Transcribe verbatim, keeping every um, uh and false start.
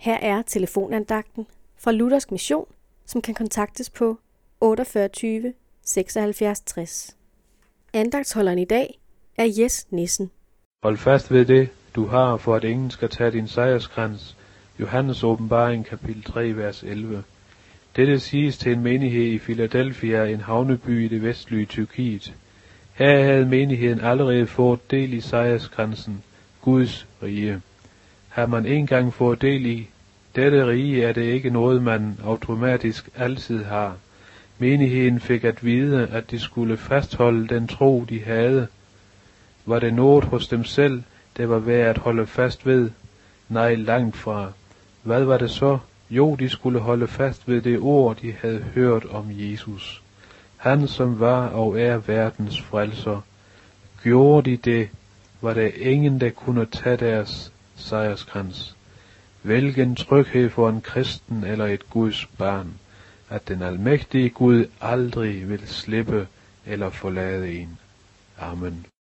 Her er telefonandagten fra Luthersk Mission, som kan kontaktes på otteogfyrre tyve seksoghalvfjerds tres. Andagtsholderen i dag er Jes Nissen. Hold fast ved det, du har, for at ingen skal tage din sejrskrans. Johannes Åbenbaring, kapitel tre, vers elleve. Dette siges til en menighed i Philadelphia, en havneby i det vestlige Tyrkiet. Her havde menigheden allerede fået del i sejrskransen, Guds rige. Har man engang fået del i dette rige, er det ikke noget, man automatisk altid har. Menigheden fik at vide, at de skulle fastholde den tro, de havde. Var det noget hos dem selv, det var værd at holde fast ved? Nej, langt fra. Hvad var det så? Jo, de skulle holde fast ved det ord, de havde hørt om Jesus. Han, som var og er verdens frelser. Gjorde de det, var der ingen, der kunne tage deres sejrskrans. Hvilken tryghed for en kristen eller et Guds barn, at den almægtige Gud aldrig vil slippe eller forlade en. Amen.